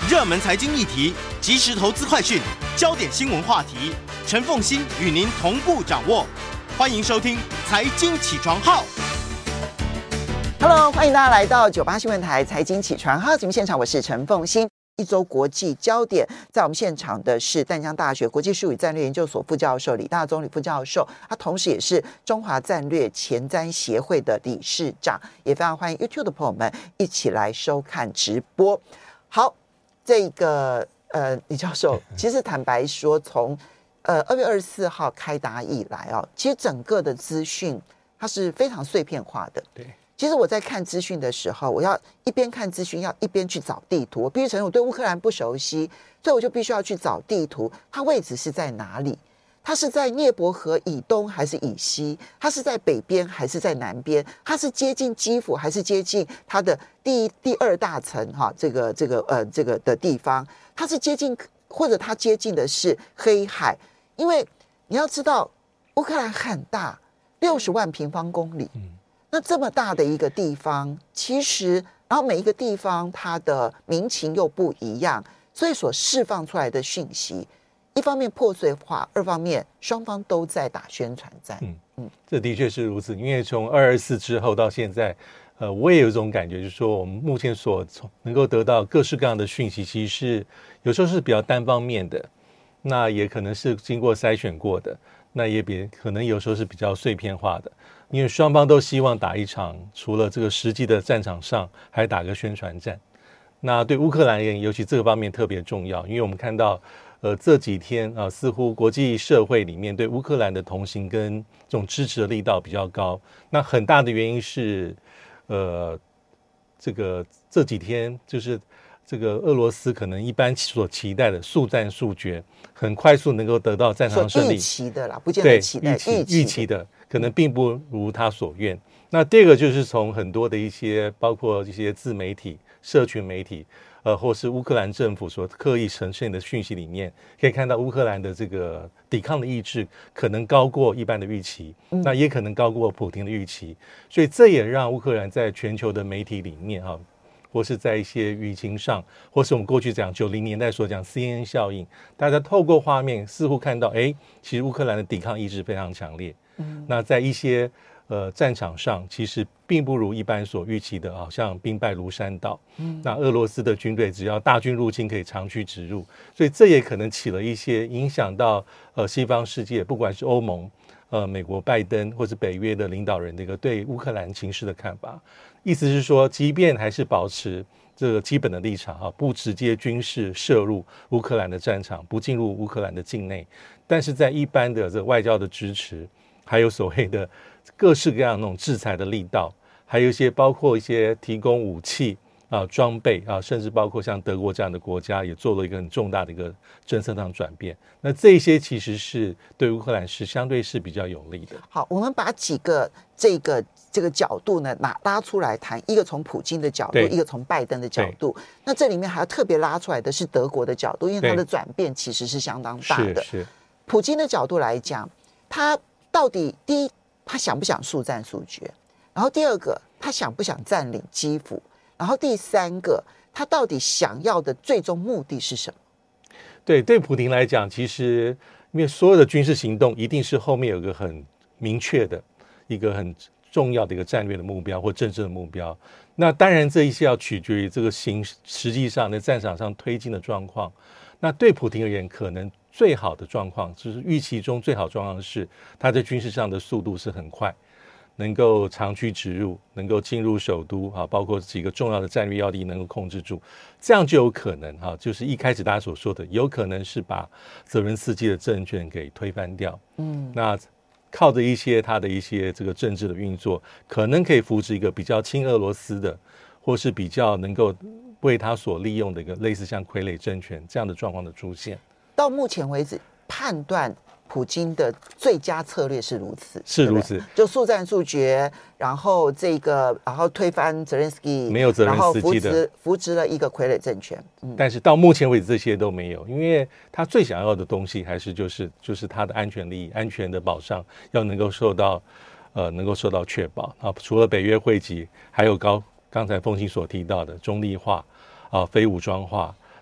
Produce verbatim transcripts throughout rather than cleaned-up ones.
热门财经议题、即时投资快讯、焦点新闻话题，陈凤馨与您同步掌握。欢迎收听《财经起床号》。 Hello， 欢迎大家来到九八新闻台财经起床号节目现场，我是陈凤馨。一周国际焦点，在我们现场的是淡江大学国际术语战略研究所副教授李大宗李副教授，他同时也是中华战略前瞻协会的理事长，也非常欢迎 YouTube 的朋友们一起来收看直播。好，这个呃李教授，其实坦白说，从呃二月二十四号开打以来哦，其实整个的资讯它是非常碎片化的。 对。 其实我在看资讯的时候，我要一边看资讯，要一边去找地图。我必须承认，我对乌克兰不熟悉，所以我就必须要去找地图，它位置是在哪里？它是在涅伯河以东还是以西？它是在北边还是在南边？它是接近基辅还是接近它的第一、第二大城？哈，这个、这个、呃，这个的地方，它是接近，或者它接近的是黑海？因为你要知道，乌克兰很大，六十万平方公里。嗯，那这么大的一个地方，其实，然后每一个地方它的民情又不一样，所以所释放出来的讯息，一方面破碎化，二方面双方都在打宣传战。 嗯嗯，这的确是如此。因为从二二四之后到现在，呃，我也有一种感觉，就是说我们目前所能够得到各式各样的讯息，其实是有时候是比较单方面的，那也可能是经过筛选过的，那也比可能有时候是比较碎片化的。因为双方都希望打一场除了这个实际的战场上，还打个宣传战。那对乌克兰而言，尤其这个方面特别重要，因为我们看到，呃，这几天啊、呃，似乎国际社会里面对乌克兰的同情跟这种支持的力道比较高。那很大的原因是，呃，这个这几天就是这个俄罗斯可能一般所期待的速战速决，很快速能够得到战场胜利。预期的啦，不见得期待， 预期预期的。可能并不如他所愿。那第二个就是从很多的一些，包括一些自媒体、社群媒体，呃，或是乌克兰政府所刻意呈现的讯息里面，可以看到乌克兰的这个抵抗的意志可能高过一般的预期，嗯、那也可能高过普丁的预期。所以这也让乌克兰在全球的媒体里面，哈，或是在一些舆情上，或是我们过去讲九零年代所讲 C N N 效应，大家透过画面似乎看到，哎，其实乌克兰的抵抗意志非常强烈。嗯、那在一些呃战场上，其实并不如一般所预期的，好像兵败如山倒。嗯，那俄罗斯的军队只要大军入侵，可以长驱直入，所以这也可能起了一些影响到呃西方世界，不管是欧盟、呃美国拜登或是北约的领导人的一个对乌克兰情势的看法。意思是说，即便还是保持这个基本的立场啊，不直接军事涉入乌克兰的战场，不进入乌克兰的境内，但是在一般的这外交的支持。还有所谓的各式各样的那种制裁的力道，还有一些包括一些提供武器啊、装备啊，甚至包括像德国这样的国家也做了一个很重大的一个政策上转变。那这些其实是对乌克兰是相对是比较有利的。 好，我们把几个这个这个角度呢拿拉出来谈，一个从普京的角度，一个从拜登的角度。那这里面还要特别拉出来的是德国的角度，因为它的转变其实是相当大的。 是是。 普京的角度来讲，他到底第一，他想不想速战速决？然后第二个，他想不想占领基辅？然后第三个，他到底想要的最终目的是什么？ 对，对普丁来讲，其实因为所有的军事行动一定是后面有一个很明确的一个很重要的一个战略的目标或政治的目标。那当然，这一切要取决于这个行实际上在战场上推进的状况。那对普丁而言，可能最好的状况就是预期中最好的状况是，他在军事上的速度是很快，能够长驱直入，能够进入首都啊，包括几个重要的战略要地能够控制住，这样就有可能哈、啊，就是一开始大家所说的，有可能是把泽连斯基的政权给推翻掉。嗯，那靠着一些他的一些这个政治的运作，可能可以扶持一个比较亲俄罗斯的，或是比较能够为他所利用的一个类似像傀儡政权这样的状况的出现。 到目前为止，判断普京的最佳策略是如此， 是如此， 就速战速决，然后这个，然后推翻泽连斯基， 没有泽连斯基的， 然后扶植扶植了一个傀儡政权。 嗯、但是到目前为止，这些都没有，因为他最想要的东西还是就是就是他的安全利益、安全的保障要能够受到呃能够受到确保啊。除了北约会籍，还有高刚才凤馨所提到的中立化啊、非武装化。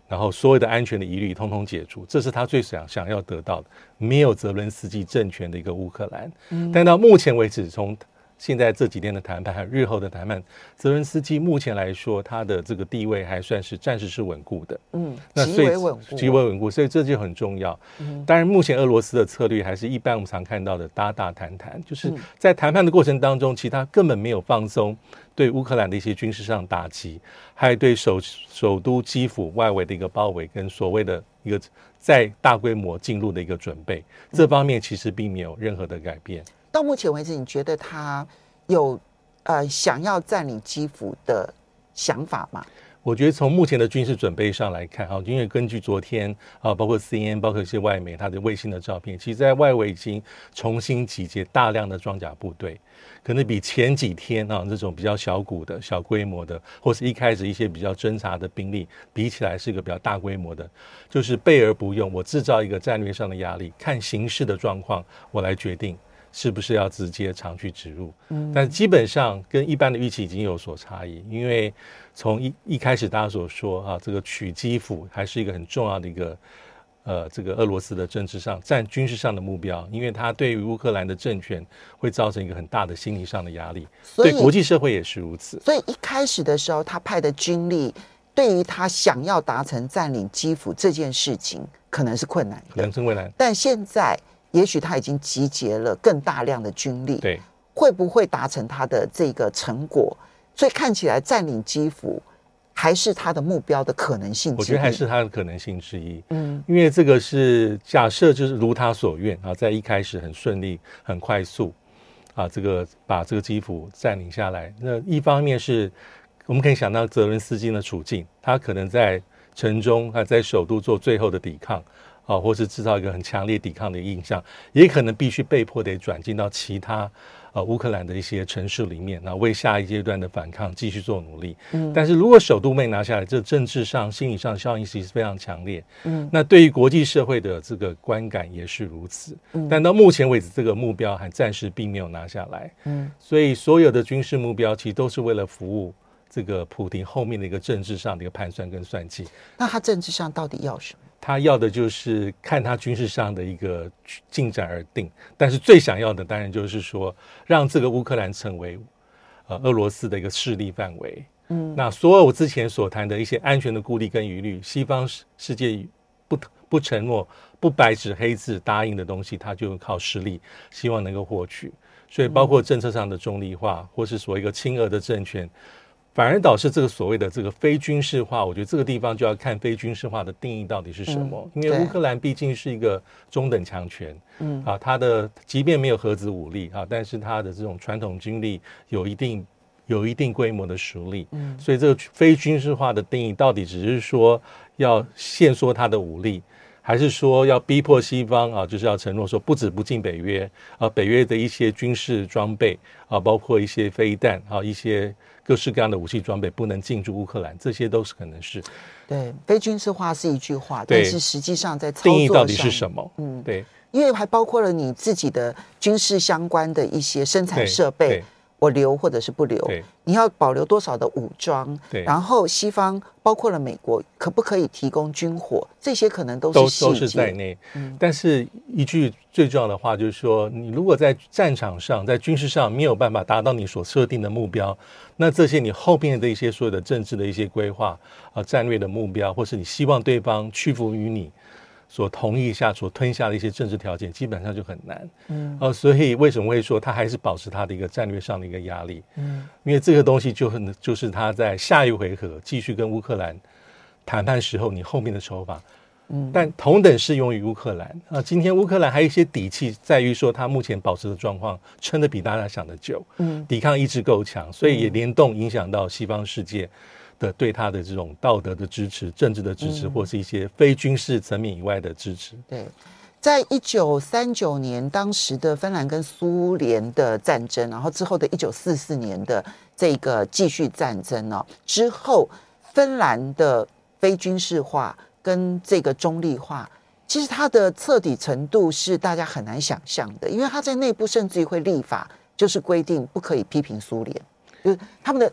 然后所有的安全的疑虑通通解除，这是他最想想要得到的，没有泽伦斯基政权的一个乌克兰。嗯、但到目前为止，从现在这几天的谈判还有日后的谈判，泽伦斯基目前来说，他的这个地位还算是暂时是稳固的， 嗯， 那极为稳固， 极为稳固，所以这就很重要。嗯、当然，目前俄罗斯的策略还是一般我们常看到的打打谈谈，就是在谈判的过程当中，其他根本没有放松对乌克兰的一些军事上打击，还有对首首都基辅外围的一个包围跟所谓的一个在大规模进入的一个准备，这方面其实并没有任何的改变。 到目前为止，你觉得他有呃想要占领基辅的想法吗？ 我觉得从目前的军事准备上来看，哈，因为根据昨天啊，包括 C N N， 包括一些外媒它的卫星的照片，其实在外围已经重新集结大量的装甲部队，可能比前几天啊这种比较小股的小规模的，或是一开始一些比较侦察的兵力比起来，是一个比较大规模的，就是备而不用，我制造一个战略上的压力，看形势的状况，我来决定是不是要直接长驱直入。嗯，但基本上跟一般的预期已经有所差异，因为从一一开始大家所说啊，这个取基辅还是一个很重要的一个呃，这个俄罗斯的政治上占军事上的目标，因为它对于乌克兰的政权会造成一个很大的心理上的压力，对国际社会也是如此。 所以一开始的时候，他派的军力对于他想要达成占领基辅这件事情，可能是困难的， 可能是困难。 但现在也许他已经集结了更大量的军力， 对， 会不会达成他的这个成果？所以看起来占领基辅还是他的目标的可能性之一。 我觉得还是他的可能性之一。嗯，因为这个是假设就是如他所愿啊，在一开始很顺利、很快速啊，这个把这个基辅占领下来。那一方面是我们可以想到泽伦斯基的处境，他可能在城中啊，在首都做最后的抵抗。啊，或是制造一个很强烈抵抗的印象，也可能必须被迫得转进到其他呃乌克兰的一些城市里面，然后为下一阶段的反抗继续做努力。嗯，但是如果首都被拿下来，这政治上、心理上效应其实非常强烈。嗯，那对于国际社会的这个观感也是如此。嗯，但到目前为止，这个目标还暂时并没有拿下来。嗯，所以所有的军事目标其实都是为了服务这个普丁后面的一个政治上的一个盘算跟算计。 那他政治上到底要什么？ 他要的就是看他军事上的一个进展而定，但是最想要的当然就是说，让这个乌克兰成为呃俄罗斯的一个势力范围。嗯，那所有我之前所谈的一些安全的顾虑跟疑虑，西方世界不不承诺、不白纸黑字答应的东西，他就靠实力希望能够获取。所以包括政策上的中立化，或是所谓一个亲俄的政权。反而导致这个所谓的这个非军事化，我觉得这个地方就要看非军事化的定义到底是什么。嗯、因为乌克兰毕竟是一个中等强权，嗯啊，它的即便没有核子武力啊，但是它的这种传统军力有一定有一定规模的实力，嗯，所以这个非军事化的定义到底只是说要限缩它的武力，还是说要逼迫西方啊，就是要承诺说不止不进北约啊，北约的一些军事装备啊，包括一些飞弹啊，一些各式各样的武器装备不能进驻乌克兰，这些都是可能是。 对，非军事化是一句话，但是实际上在操作上定义到底是什么？嗯，对， 因为还包括了你自己的军事相关的一些生产设备。我留或者是不留，你要保留多少的武装？然后西方包括了美国，可不可以提供军火？这些可能都是细节， 都是在内。嗯、但是一句最重要的话就是说，你如果在战场上、在军事上没有办法达到你所设定的目标，那这些你后面的一些所有的政治的一些规划啊、战略的目标，或是你希望对方屈服于你所同意下所吞下的一些政治条件，基本上就很难。嗯，呃，所以为什么会说他还是保持他的一个战略上的一个压力？嗯，因为这个东西就很就是他在下一回合继续跟乌克兰谈判时候，你后面的手法。嗯，但同等适用于乌克兰啊。今天乌克兰还有一些底气，在于说他目前保持的状况撑得比大家想的久，嗯，抵抗意志够强，所以也联动影响到西方世界的对他的这种道德的支持、政治的支持，嗯、或是一些非军事层面以外的支持。 对，在一九三九年当时的芬兰跟苏联的战争，然后之后的一九四四年的这个继续战争呢、哦，之后芬兰的非军事化跟这个中立化，其实它的彻底程度是大家很难想象的，因为它在内部甚至于会立法，就是规定不可以批评苏联，就是他们的。他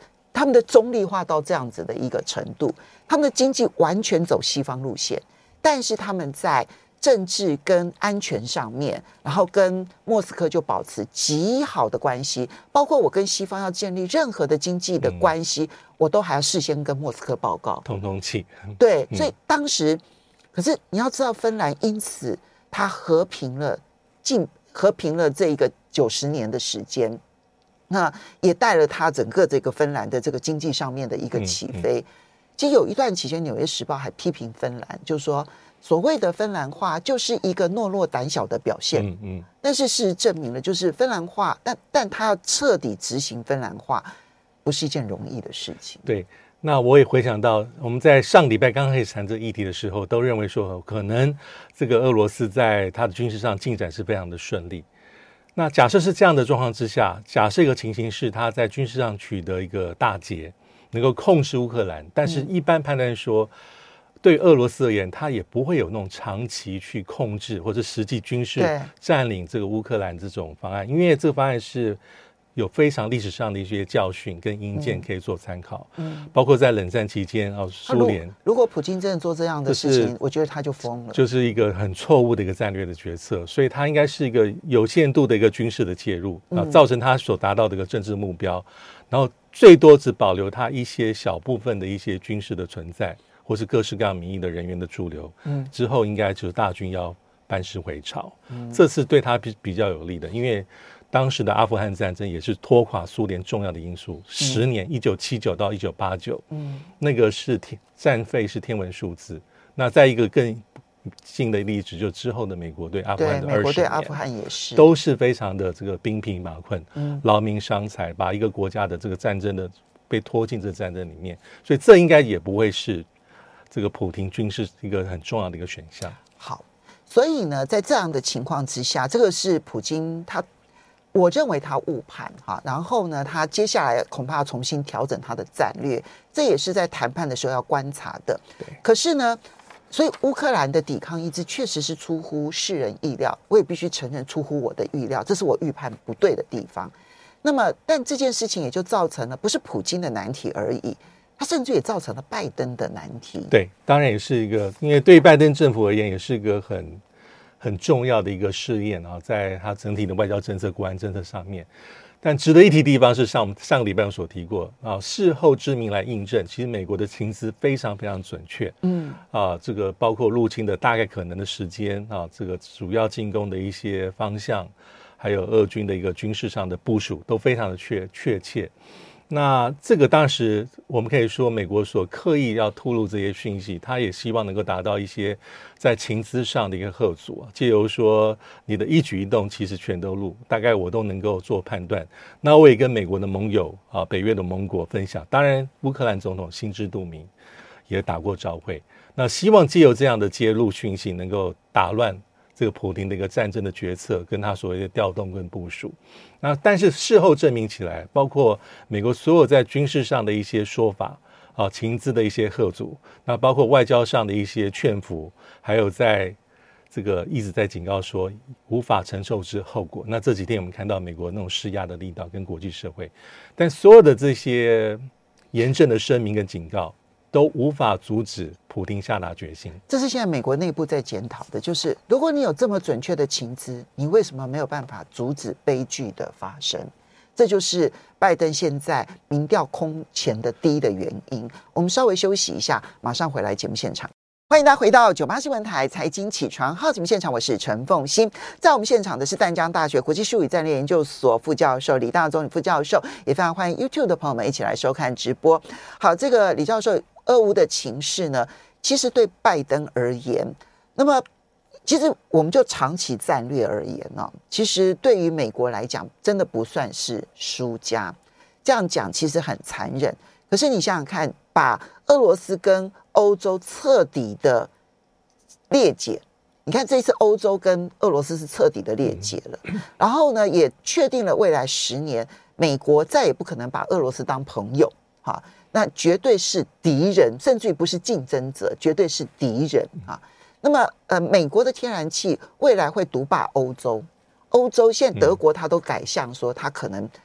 他们的中立化到这样子的一个程度，他们的经济完全走西方路线，但是他们在政治跟安全上面，然后跟莫斯科就保持极好的关系，包括我跟西方要建立任何的经济的关系，嗯、我都还要事先跟莫斯科报告， 通通气。 对，所以当时，嗯、可是你要知道，芬兰因此它和平了近和平了这一个九十年的时间，那也带了它整个这个芬兰的这个经济上面的一个起飞。嗯嗯、其实有一段期间，《纽约时报》还批评芬兰，就是说。所谓的芬兰话就是一个懦弱胆小的表现，嗯嗯，但是事实证明了，就是芬兰话，但但他要彻底执行芬兰话，不是一件容易的事情。 对，那我也回想到，我们在上礼拜刚开始谈这个议题的时候，都认为说，可能这个俄罗斯在它的军事上进展是非常的顺利。那假设是这样的状况之下，假设一个情形是他在军事上取得一个大捷，能够控制乌克兰，但是一般判断说。嗯对俄罗斯而言，他也不会有那种长期去控制或者实际军事占领这个乌克兰这种方案，因为这个方案是有非常历史上的一些教训跟因见可以做参考，嗯，包括在冷战期间啊，苏联如, 如果普京真的做这样的事情，就是、我觉得他就疯了， 就是一个很错误的一个战略的决策，所以他应该是一个有限度的一个军事的介入啊，造成他所达到的一个政治目标，然后最多只保留他一些小部分的一些军事的存在。或是各式各样民意的人员的驻留，嗯，之后应该就是大军要班师回朝，嗯，这是对他比比较有利的，因为当时的阿富汗战争也是拖垮苏联重要的因素，十、嗯、年，一九七九到一九八九，嗯，那个是天战费是天文数字。那在一个更近的例子，就之后的美国对阿富汗的二十年， 美国对阿富汗也是都是非常的这个兵疲马困，嗯，劳民伤财，把一个国家的这个战争的被拖进这个战争里面，所以这应该也不会是。这个普廷军是一个很重要的一个选项。 好，所以呢，在这样的情况之下，这个是普京他，我认为他误判哈。然后呢，他接下来恐怕要重新调整他的战略，这也是在谈判的时候要观察的。 对。 可是呢，所以乌克兰的抵抗意志确实是出乎世人意料，我也必须承认出乎我的预料，这是我预判不对的地方。那么，但这件事情也就造成了不是普京的难题而已。它甚至也造成了拜登的难题。 对，当然也是一个，因为对拜登政府而言，也是一个很很重要的一个试验啊，在他整体的外交政策、国安政策上面。但值得一提的地方是上上个礼拜我所提过啊，事后之明来印证，其实美国的情资非常非常准确。嗯啊，这个包括入侵的大概可能的时间啊，这个主要进攻的一些方向，还有俄军的一个军事上的部署，都非常的确确切。那这个当时我们可以说，美国所刻意要透露这些讯息，他也希望能够达到一些在情资上的一个吓阻，藉由说你的一举一动其实全都录，大概我都能够做判断。那我也跟美国的盟友啊，北约的盟国分享，当然乌克兰总统心知肚明，也打过照会。那希望藉由这样的揭露讯息，能够打乱这个普丁的一个战争的决策跟他所谓的调动跟部署。那但是事后证明起来，包括美国所有在军事上的一些说法啊，情资的一些吓阻，那包括外交上的一些劝服，还有在这个一直在警告说无法承受之后果。那这几天我们看到美国那种施压的力道跟国际社会，但所有的这些严正的声明跟警告都无法阻止普丁下达决心。 这是现在美国内部在检讨的，就是如果你有这么准确的情资，你为什么没有办法阻止悲剧的发生？这就是拜登现在民调空前的低的原因。我们稍微休息一下，马上回来节目现场。欢迎大家回到九八新闻台财经起床号节目现场，我是陈凤馨。在我们现场的是淡江大学国际术语战略研究所副教授李大中李副教授，也非常欢迎 YouTube 的朋友们一起来收看直播。好，这个李教授，俄乌的情势呢，其实对拜登而言，那么其实我们就长期战略而言呢、哦，其实对于美国来讲，真的不算是输家。这样讲其实很残忍，可是你想想看，把俄罗斯跟欧洲彻底的裂解，你看这一次欧洲跟俄罗斯是彻底的裂解了，然后呢，也确定了未来十年，美国再也不可能把俄罗斯当朋友，哈，那绝对是敌人，甚至于不是竞争者，绝对是敌人啊。那么，呃，美国的天然气未来会独霸欧洲，欧洲现在德国它都改向说它可能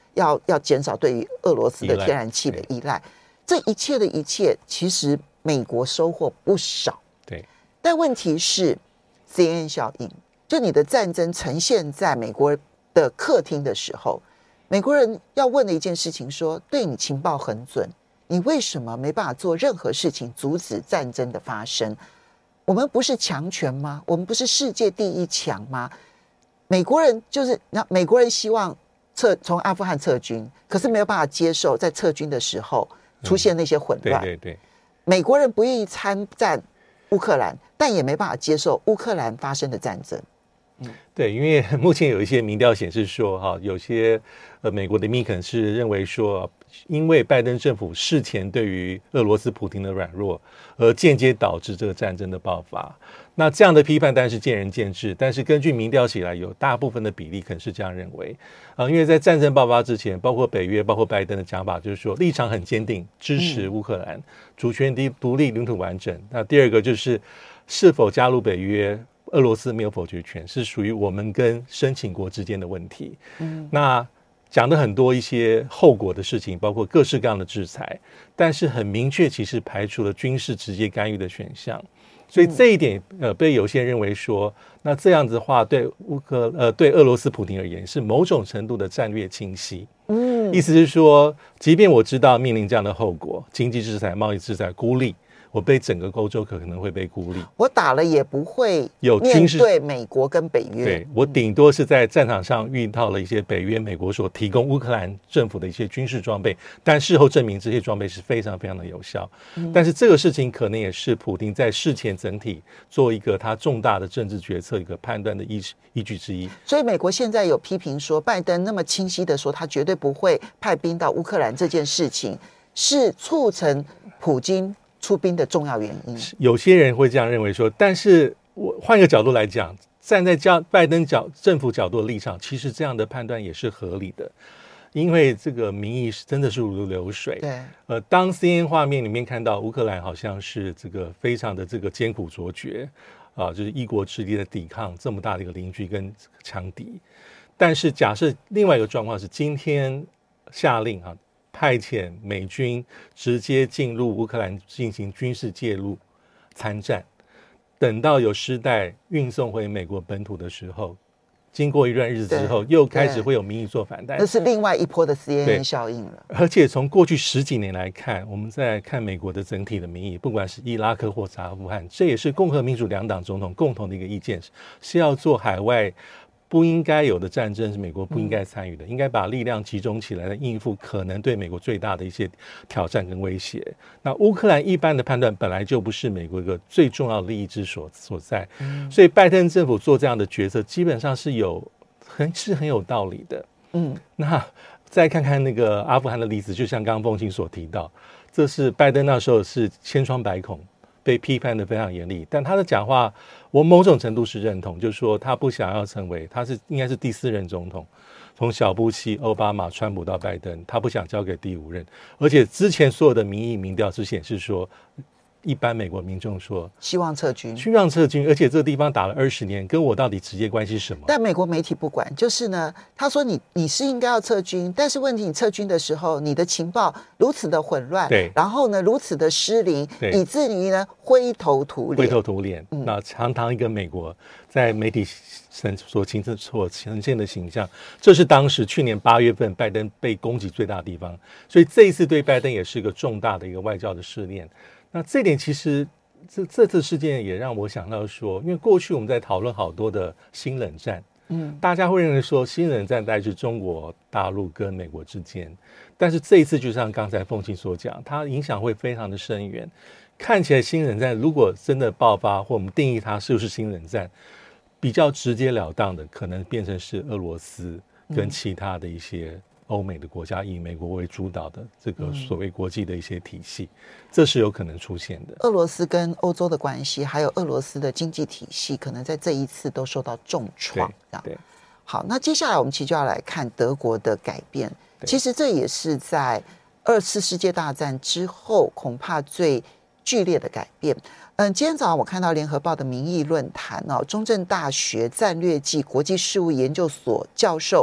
要要减少对于俄罗斯的天然气的依赖。这一切的一切，其实美国收获不少。 对， 但问题是 C N N 效应，就你的战争呈现在美国的客厅的时候，美国人要问的一件事情说：对你情报很准，你为什么没办法做任何事情阻止战争的发生？我们不是强权吗？我们不是世界第一强吗？美国人就是美国人希望撤从阿富汗撤军，可是没有办法接受在撤军的时候出现那些混乱。 嗯、对对对， 美国人不愿意参战乌克兰，但也没办法接受乌克兰发生的战争。 嗯、对，因为目前有一些民调显示说，哈，有些呃美国的民意可能是认为说，因为拜登政府事前对于俄罗斯普丁的软弱，而间接导致这个战争的爆发。那这样的批判当然是见仁见智，但是根据民调起来，有大部分的比例可能是这样认为啊、呃，因为在战争爆发之前，包括北约、包括拜登的讲法，就是说立场很坚定，支持乌克兰、嗯、主权独立、领土完整。那第二个就是是否加入北约，俄罗斯没有否决权，是属于我们跟申请国之间的问题。嗯，那讲的很多一些后果的事情，包括各式各样的制裁，但是很明确，其实排除了军事直接干预的选项。所以这一点，呃，被有些人认为说，那这样子的话，对乌克呃对俄罗斯普丁而言，是某种程度的战略清晰。嗯，意思是说，即便我知道面临这样的后果，经济制裁、贸易制裁、孤立。我被整个欧洲可能会被孤立， 我打了也不会面对美国跟北约。 对，我顶多是在战场上遇到了一些北约、美国所提供乌克兰政府的一些军事装备，但事后证明这些装备是非常非常的有效。嗯、但是这个事情可能也是普丁在事前整体做一个他重大的政治决策一个判断的依依据之一。 所以美国现在有批评说，拜登那么清晰的说他绝对不会派兵到乌克兰这件事情，是促成普京出兵的重要原因。 有些人会这样认为说，但是我换一个角度来讲，站在拜登角政府角度的立场，其实这样的判断也是合理的，因为这个民意是真的是如流水。 对， 呃，当 C N N 画面里面看到乌克兰好像是这个非常的这个艰苦卓绝啊，就是一国之力的抵抗这么大的一个邻居跟强敌，但是假设另外一个状况是今天下令啊。派遣美军直接进入乌克兰进行军事介入参战，等到有尸袋运送回美国本土的时候，经过一段日子之后，又开始会有民意做反弹， 那是另外一波的 C N N 效应了。 而且从过去十几年来看，我们在看美国的整体的民意，不管是伊拉克或是阿富汗，这也是共和民主两党总统共同的一个意见，是要做海外不应该有的战争，是美国不应该参与的，应该把力量集中起来来应付可能对美国最大的一些挑战跟威胁。那乌克兰一般的判断本来就不是美国一个最重要的利益之所所在，嗯、所以拜登政府做这样的决策，基本上是有很是很有道理的。嗯，那再看看那个阿富汗的例子，就像刚刚凤青所提到，这是拜登那时候是千疮百孔，被批判的非常严厉，但他的讲话我某种程度是认同，就是说他不想要成为，他是应该是第四任总统，从小布希、奥巴马、川普到拜登，他不想交给第五任，而且之前所有的民意民调是显示说，一般美国民众说希望撤军， 希望撤军，而且这个地方打了二十年，跟我到底直接关系是什么？ 但美国媒体不管，就是呢，他说你你是应该要撤军，但是问题你撤军的时候，你的情报如此的混乱， 对， 然后呢如此的失灵，以至于呢灰头土脸， 灰头土脸。嗯、那堂堂一个美国在媒体所形成所呈现的形象，这是当时去年八月份拜登被攻击最大的地方，所以这一次对拜登也是一个重大的一个外交的试炼。那这点其实这这次事件也让我想到说，因为过去我们在讨论好多的新冷战，嗯，大家会认为说新冷战大概是中国大陆跟美国之间，但是这一次就像刚才凤青所讲，它影响会非常的深远。看起来新冷战如果真的爆发，或我们定义它是不是新冷战，比较直截了当的可能变成是俄罗斯跟其他的一些欧美的国家以美国为主导的这个所谓国际的一些体系，嗯、这是有可能出现的。 俄罗斯跟欧洲的关系，还有俄罗斯的经济体系，可能在这一次都受到重创。 对，对， 好，那接下来我们其实就要来看德国的改变。其实这也是在二次世界大战之后恐怕最剧烈的改变。嗯，今天早上我看到联合报的民意论坛哦，中正大学战略暨国际事务研究所教授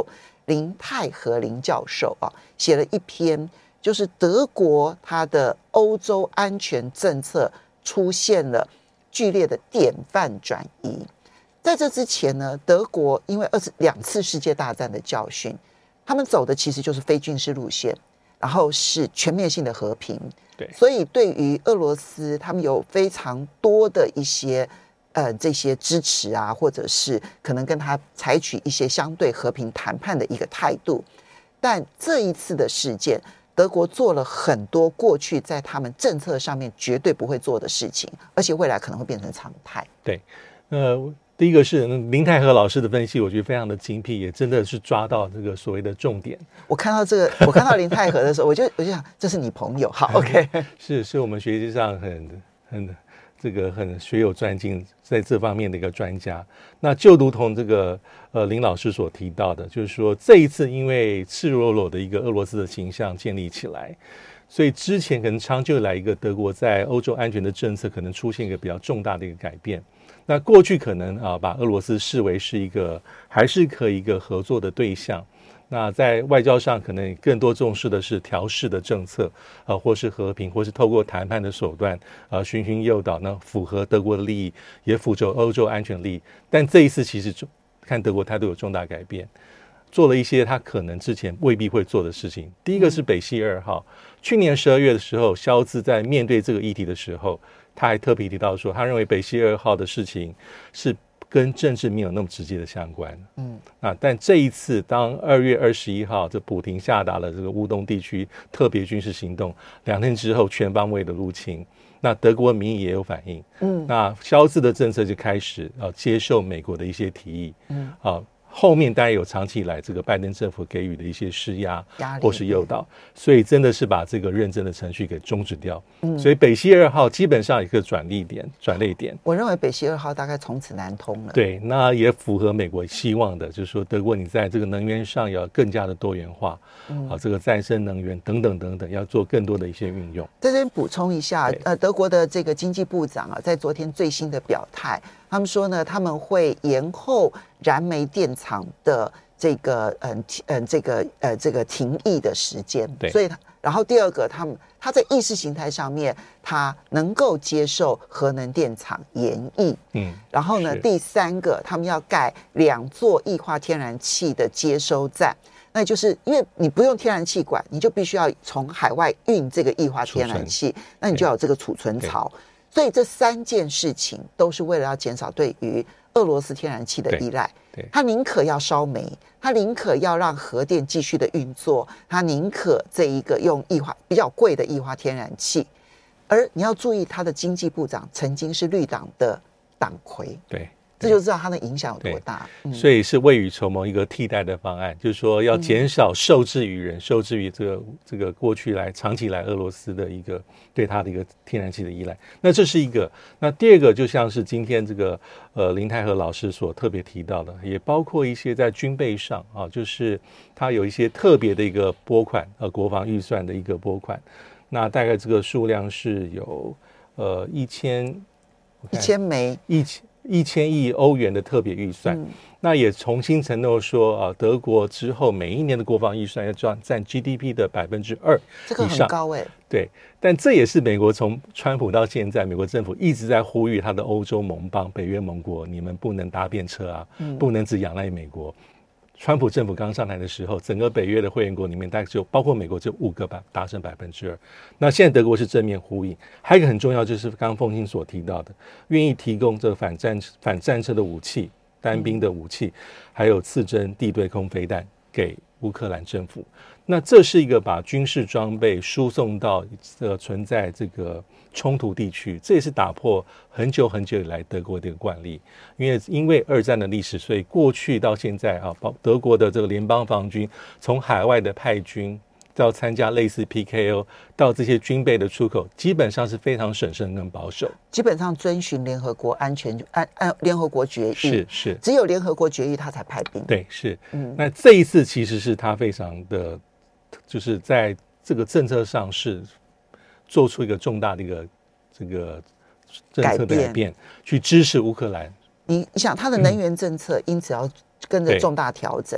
林泰和林教授啊，写了一篇，就是德国它的欧洲安全政策出现了剧烈的典范转移。在这之前呢，德国因为二次两次世界大战的教训，他们走的其实就是非军事路线，然后是全面性的和平。 对， 所以对于俄罗斯，他们有非常多的一些呃这些支持啊，或者是可能跟他采取一些相对和平谈判的一个态度。但这一次的事件，德国做了很多过去在他们政策上面绝对不会做的事情，而且未来可能会变成常态。 对，呃。第一个是林泰和老师的分析，我觉得非常的精辟，也真的是抓到这个所谓的重点。 我看到这个，我看到林泰和的时候，我就我就想，这是你朋友，好 ，OK， 是是我们学习上很很这个很学有专精，在这方面的一个专家。那就如同这个呃林老师所提到的，就是说这一次因为赤裸裸的一个俄罗斯的形象建立起来，所以之前可能长久以来一个德国在欧洲安全的政策可能出现一个比较重大的一个改变。那过去可能啊，把俄罗斯视为是一个还是可以一个合作的对象。那在外交上，可能更多重视的是调适的政策，啊，或是和平，或是透过谈判的手段，啊，循循诱导，呢，符合德国的利益，也符合欧洲安全利益。但这一次，其实看德国态度有重大改变，做了一些他可能之前未必会做的事情。第一个是北溪二号，去年十二月的时候，肖兹在面对这个议题的时候，他还特别提到说，他认为北溪二号的事情是跟政治没有那么直接的相关。嗯，啊，但这一次，当二月二十一号，这普廷下达了这个乌东地区特别军事行动，两天之后全方位的入侵，那德国民意也有反应。嗯，那肖兹的政策就开始啊接受美国的一些提议。嗯，啊。后面当然有长期以来这个拜登政府给予的一些施压或是诱导，所以真的是把这个认证的程序给终止掉。嗯，所以北溪二号基本上一个转捩点、转捩点。 我认为北溪二号大概从此难通了。 对，那也符合美国希望的，就是说德国你在这个能源上要更加的多元化，嗯、啊，这个再生能源等等等等，要做更多的一些运用。 在这边补充一下，呃，德国的这个经济部长啊，在昨天最新的表态。他们说呢，他们会延后燃煤电厂的这个嗯嗯这个呃这个停役的时间。 对， 所以然后第二个，他们他在意识形态上面，他能够接受核能电厂延役。嗯，然后呢，第三个，他们要盖两座液化天然气的接收站。那就是因为你不用天然气管，你就必须要从海外运这个液化天然气，那你就要有这个储存槽。所以这三件事情都是为了要减少对于俄罗斯天然气的依赖。他宁可要烧煤，他宁可要让核电继续的运作，他宁可这一个用液化比较贵的液化天然气。而你要注意，他的经济部长曾经是绿党的党魁。 对。 这就知道它的影响有多大。 嗯、所以是未雨绸缪一个替代的方案，就是说要减少受制于人、嗯、受制于这个这个过去来长期以来俄罗斯的一个对它的一个天然气的依赖。那这是一个。那第二个就像是今天这个呃林泰和老师所特别提到的，也包括一些在军备上啊，就是它有一些特别的一个拨款，呃国防预算的一个拨款。那大概这个数量是有呃一千一千枚一千。一千亿欧元的特别预算，嗯、那也重新承诺说啊，德国之后每一年的国防预算要占占 G D P 的百分之二以上， 这个很高哎、欸。 对，但这也是美国从川普到现在，美国政府一直在呼吁他的欧洲盟邦、北约盟国，你们不能搭便车啊，嗯、不能只仰赖美国。川普政府刚上台的时候，整个北约的会员国里面，大概只有包括美国只有五个达成百分之二。那现在德国是正面呼应，还有一个很重要，就是刚刚凤馨所提到的，愿意提供这个反战反战车的武器、单兵的武器，还有刺针地对空飞弹给乌克兰政府。那这是一个把军事装备输送到呃存在这个冲突地区，这也是打破很久很久以来德国的一个惯例。因为因为二战的历史，所以过去到现在啊，德国的这个联邦防军从海外的派军到参加类似 P K O 到这些军备的出口，基本上是非常审慎跟保守， 基本上遵循联合国安全安安联合国决议， 是是， 只有联合国决议他才派兵。 对，是。嗯，那这一次其实是他非常的。就是在这个政策上是做出一个重大的一个这个政策的改变，去支持乌克兰。 你你想，他的能源政策因此要跟着重大调整。嗯、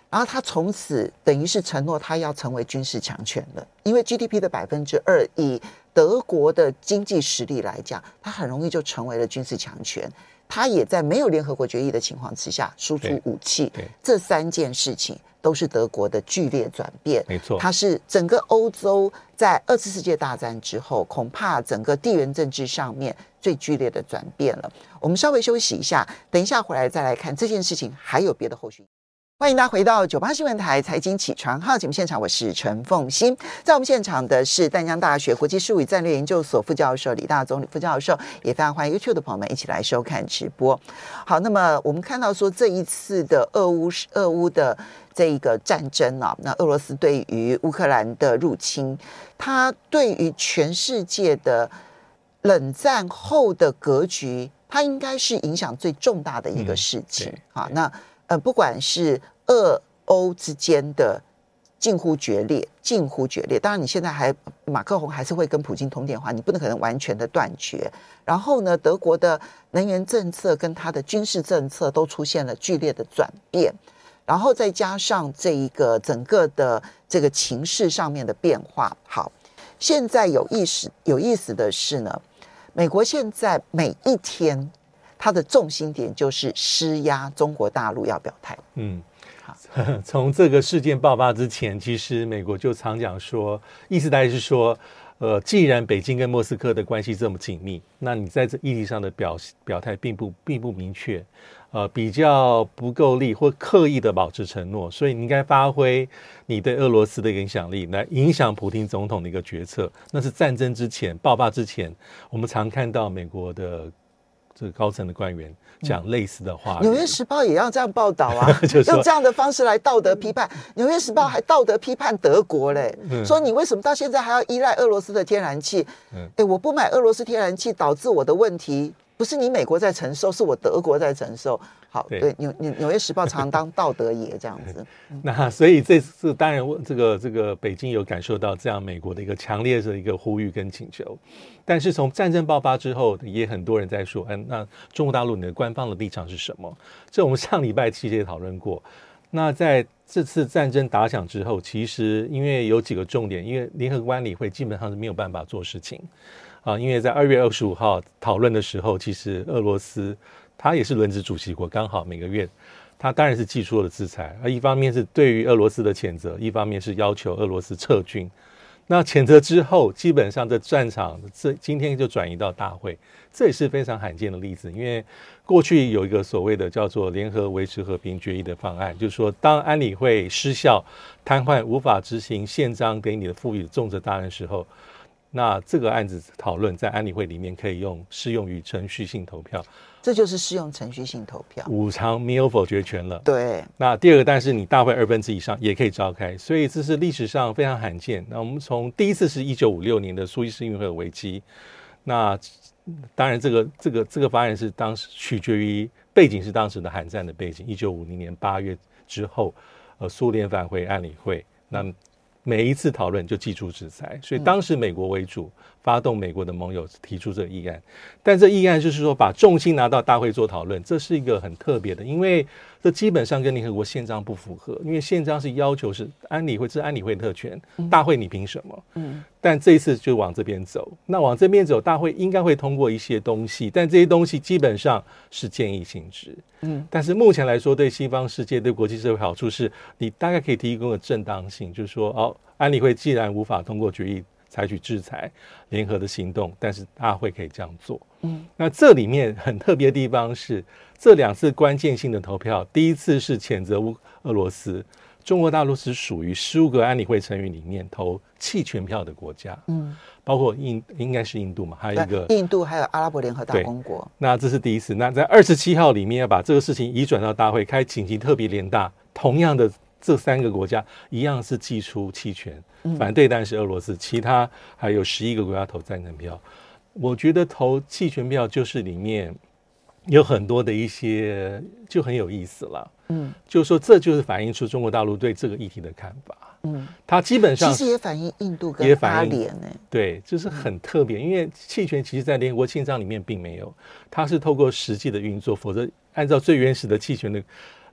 然后他从此等于是承诺他要成为军事强权了，因为 G D P 的百分之二，以德国的经济实力来讲，他很容易就成为了军事强权。他也在没有联合国决议的情况之下输出武器，这三件事情都是德国的剧烈转变。 没错， 它是整个欧洲在二次世界大战之后，恐怕整个地缘政治上面最剧烈的转变了。我们稍微休息一下，等一下回来再来看这件事情还有别的后续。欢迎大家回到九八新闻台财经起床号节目现场，我是陈凤馨。在我们现场的是淡江大学国际事务与战略研究所副教授李大宗李副教授，也非常欢迎 YouTube 的朋友们一起来收看直播。好，那么我们看到说这一次的俄乌俄乌的这一个战争啊，那俄罗斯对于乌克兰的入侵，它对于全世界的冷战后的格局，它应该是影响最重大的一个事情。嗯、好，那。呃，不管是俄欧之间的近乎决裂，近乎决裂。当然，你现在还马克宏还是会跟普京通电话，你不能可能完全的断绝。然后呢，德国的能源政策跟他的军事政策都出现了剧烈的转变，然后再加上这一个整个的这个情势上面的变化。好，现在有意思有意思的是呢，美国现在每一天，它的重心点就是施压中国大陆要表态。嗯， 从这个事件爆发之前，其实美国就常讲说，意思大概是说，呃，既然北京跟莫斯科的关系这么紧密，那你在这议题上的表表态并不并不明确，呃，比较不够力或刻意的保持承诺，所以你应该发挥你对俄罗斯的影响力，来影响普丁总统的一个决策。那是战争之前爆发之前，我们常看到美国的这个高层的官员讲类似的话。 纽约时报也要这样报道啊，用这样的方式来道德批判。纽约时报还道德批判德国嘞，嗯、说你为什么到现在还要依赖俄罗斯的天然气？嗯，哎，我不买俄罗斯天然气导致我的问题，不是你美国在承受，是我德国在承受。好，对，纽纽约时报常常当道德爷这样子。 那所以这次当然，这个这个北京有感受到这样美国的一个强烈的一个呼吁跟请求，但是从战争爆发之后，也很多人在说，嗯，那中国大陆你的官方的立场是什么？这我们上礼拜其实也讨论过。那在这次战争打响之后，其实因为有几个重点，因为联合国安理会基本上是没有办法做事情啊，因为在二月二十五号讨论的时候，其实俄罗斯他也是轮值主席国，刚好每个月他当然是祭出了制裁，而一方面是对于俄罗斯的谴责，一方面是要求俄罗斯撤军。那谴责之后，基本上这战场这今天就转移到大会，这也是非常罕见的例子。因为过去有一个所谓的叫做联合维持和平决议的方案，就是说当安理会失效、瘫痪、无法执行宪章给你的赋予的重责大任时候，那这个案子讨论在安理会里面可以用适用于程序性投票， 这就是适用程序性投票， 五常没有否决权了。 对。 那第二个，但是你大会二分之以上也可以召开，所以这是历史上非常罕见。那我们从第一次是一九五六年的苏伊士运河危机，那当然这个这个这个方案是当时取决于背景是当时的韩战的背景，一九五零年八月之后，呃，苏联返回安理会，那每一次讨论就祭出制裁，所以当时美国为主发动美国的盟友提出这个议案，但这议案就是说把重心拿到大会做讨论，这是一个很特别的，因为这基本上跟联合国宪章不符合，因为宪章是要求是安理会，这是安理会特权，大会你凭什么？嗯，但这一次就往这边走，那往这边走，大会应该会通过一些东西，但这些东西基本上是建议性质。嗯，但是目前来说，对西方世界、对国际社会好处是，你大概可以提供个正当性，就是说，哦，安理会既然无法通过决议采取制裁联合的行动，但是大会可以这样做。嗯，那这里面很特别的地方是，这两次关键性的投票，第一次是谴责乌俄罗斯，中国大陆是属于十五个安理会成员里面投弃权票的国家。嗯，包括印应该是印度嘛，还有一个印度，还有阿拉伯联合大公国。 那这是第一次。那在二十七号里面要把这个事情移转到大会开紧急特别联大，同样的这三个国家一样是祭出弃权，反对当然是俄罗斯，其他还有十一个国家投赞成票。我觉得投弃权票就是里面有很多的一些就很有意思了。嗯，就是说这就是反映出中国大陆对这个议题的看法。嗯，它基本上其实也反映印度跟阿联呢。 对，就是很特别，因为弃权其实在联合国宪章里面并没有，它是透过实际的运作，否则按照最原始的弃权的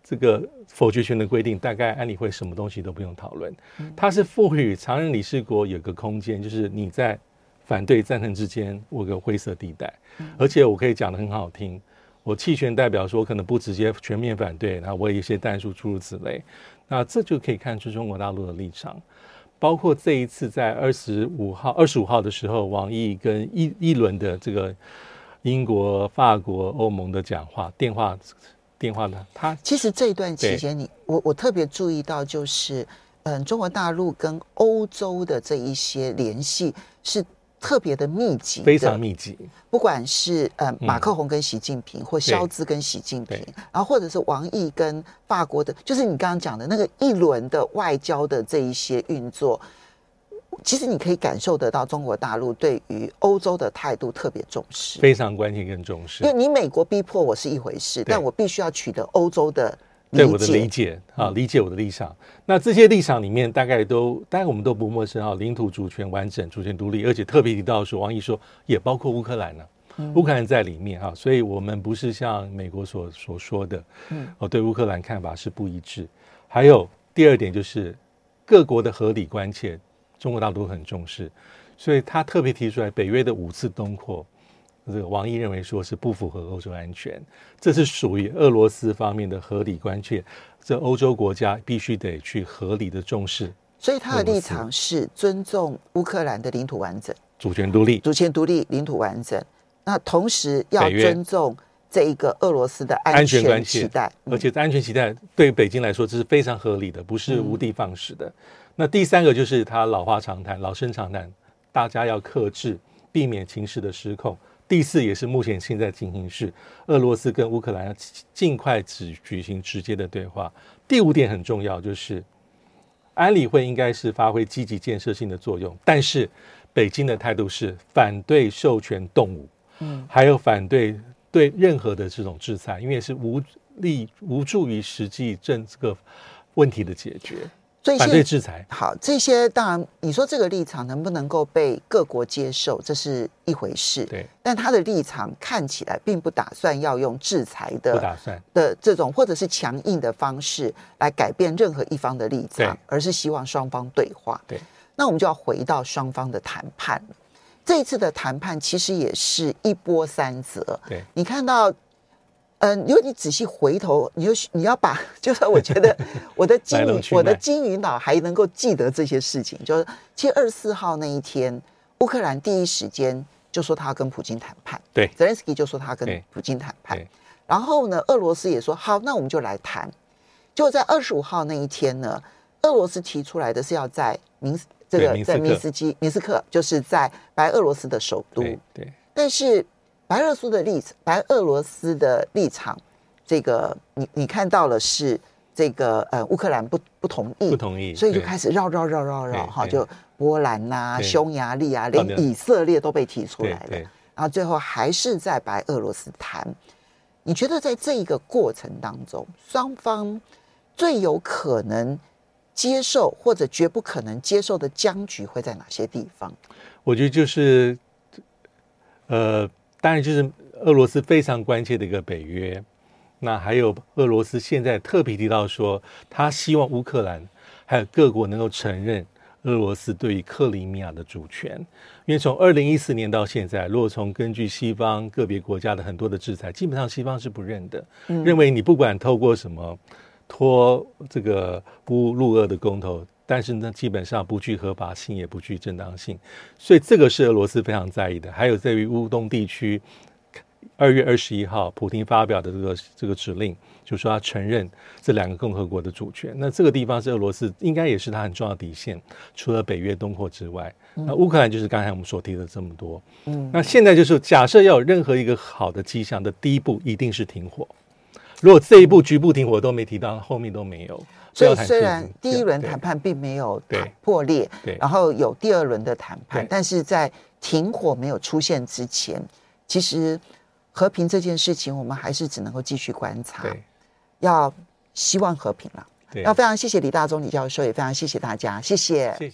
这个否决权的规定，大概安理会什么东西都不用讨论，它是赋予常任理事国有个空间，就是你在反对赞成之间我有个灰色地带，而且我可以讲得很好听，我弃权代表说我可能不直接全面反对，然后我有一些但书诸如此类，那这就可以看出中国大陆的立场。包括这一次在二十五号二十五号的时候，王毅跟一一轮的这个英国、法国、欧盟的讲话电话电话的，他其实这一段期间你，我我特别注意到，就是嗯，中国大陆跟欧洲的这一些联系是特别的密集的， 非常密集。 不管是呃马克宏跟习近平，嗯、或肖兹跟习近平，然后或者是王毅跟法国的，就是你刚刚讲的那个一轮的外交的这一些运作，其实你可以感受得到中国大陆对于欧洲的态度特别重视， 非常关心跟重视。 因为你美国逼迫我是一回事，但我必须要取得欧洲的理解， 对我的理解啊，理解我的立场。那这些立场里面，大概都，大概我们都不陌生啊，领土主权完整、主权独立，而且特别提到说，王毅说也包括乌克兰呢、啊嗯，乌克兰在里面啊，所以我们不是像美国所所说的，嗯，哦，对乌克兰看法是不一致。还有第二点就是各国的合理关切，中国大陆很重视，所以他特别提出来，北约的五次东扩。这个王毅认为说是不符合欧洲安全，这是属于俄罗斯方面的合理关切，这欧洲国家必须得去合理的重视。 所以他的立场是尊重乌克兰的领土完整、 主权独立、 主权独立、领土完整。那同时要尊重这一个俄罗斯的安全期待， 而且安全期待对北京来说这是非常合理的，不是无的放矢的。嗯、那第三个就是他老话常谈、老生常谈，大家要克制，避免情势的失控。第四也是目前现在进行式，俄罗斯跟乌克兰要尽快只举行直接的对话。第五点很重要，就是安理会应该是发挥积极建设性的作用，但是北京的态度是反对授权动武，嗯，还有反对对任何的这种制裁，因为是无力无助于实际政这个问题的解决。反对制裁。 好，这些当然你说这个立场能不能够被各国接受，这是一回事。 对， 但他的立场看起来并不打算要用制裁的不打算的这种或者是强硬的方式来改变任何一方的立场，而是希望双方对话。 对， 那我们就要回到双方的谈判了。这一次的谈判其实也是一波三折。 对， 你看到。嗯，如果你仔细回头，你就你要把，就是我觉得我的金鱼，我的金鱼脑还能够记得这些事情。就是其实二十四号那一天，乌克兰第一时间就说他要跟普京谈判， 对， 泽连斯基就说他跟普京谈判，然后呢，俄罗斯也说好，那我们就来谈。结果在二十五号那一天呢，俄罗斯提出来的是要在明这个在明斯基明斯克，就是在白俄罗斯的首都， 对，对， 但是。白俄罗斯的立场，白俄罗斯的立场，这个你你看到了是这个呃乌克兰不不同意， 不同意， 所以就开始绕绕绕绕绕哈，就波兰呐、啊、匈牙利啊，连以色列都被提出来了，然后最后还是在白俄罗斯谈。你觉得在这一个过程当中，双方最有可能接受或者绝不可能接受的僵局会在哪些地方？ 我觉得就是呃。当然，就是俄罗斯非常关切的一个北约，那还有俄罗斯现在特别提到说，他希望乌克兰还有各国能够承认俄罗斯对于克里米亚的主权，因为从二零一四年到现在，如果从根据西方个别国家的很多的制裁，基本上西方是不认的，嗯、认为你不管透过什么拖这个乌陆俄的公投。但是呢，基本上不具合法性，也不具正当性，所以这个是俄罗斯非常在意的。还有在于乌东地区，二月二十一号，普丁发表的这个这个指令，就说他承认这两个共和国的主权。那这个地方是俄罗斯应该也是他很重要的底线，除了北约东扩之外，嗯、那乌克兰就是刚才我们所提的这么多。嗯，那现在就是假设要有任何一个好的迹象的第一步，一定是停火。如果这一步局部停火都没提到，后面都没有。 所以虽然第一轮谈判并没有破裂，然后有第二轮的谈判，但是在停火没有出现之前，其实和平这件事情我们还是只能够继续观察，要希望和平了。要非常谢谢李大中李教授，也非常谢谢大家，谢谢。谢谢。